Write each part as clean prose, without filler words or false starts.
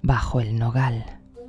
bajo el nogal.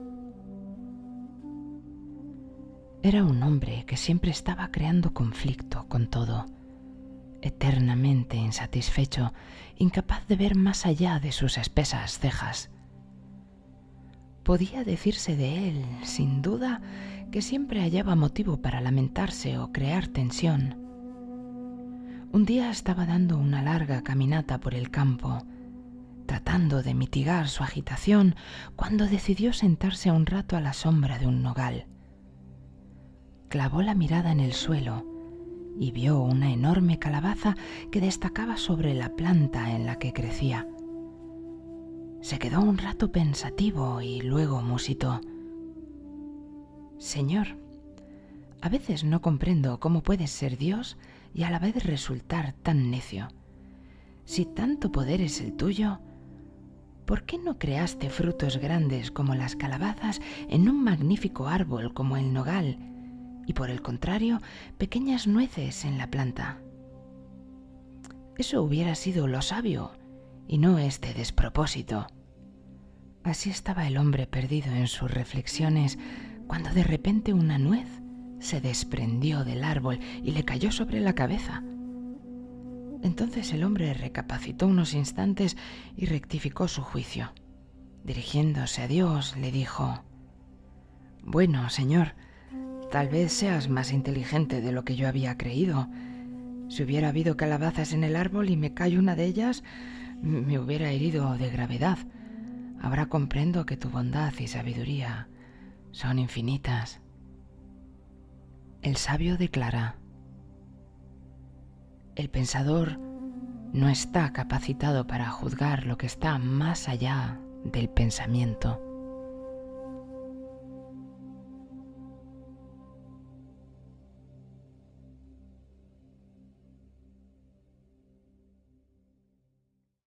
Era un hombre que siempre estaba creando conflicto con todo, eternamente insatisfecho, incapaz de ver más allá de sus espesas cejas. Podía decirse de él, sin duda, que siempre hallaba motivo para lamentarse o crear tensión. Un día estaba dando una larga caminata por el campo, tratando de mitigar su agitación, cuando decidió sentarse un rato a la sombra de un nogal. Clavó la mirada en el suelo y vio una enorme calabaza que destacaba sobre la planta en la que crecía. Se quedó un rato pensativo y luego musitó: «Señor, a veces no comprendo cómo puedes ser Dios y a la vez resultar tan necio. Si tanto poder es el tuyo, ¿por qué no creaste frutos grandes como las calabazas en un magnífico árbol como el nogal, y por el contrario, pequeñas nueces en la planta? Eso hubiera sido lo sabio, y no este despropósito». Así estaba el hombre perdido en sus reflexiones, cuando de repente una nuez se desprendió del árbol y le cayó sobre la cabeza. Entonces el hombre recapacitó unos instantes y rectificó su juicio. Dirigiéndose a Dios, le dijo: «Bueno, Señor, tal vez seas más inteligente de lo que yo había creído. Si hubiera habido calabazas en el árbol y me cayó una de ellas, me hubiera herido de gravedad. Ahora comprendo que tu bondad y sabiduría son infinitas». El sabio declara: el pensador no está capacitado para juzgar lo que está más allá del pensamiento.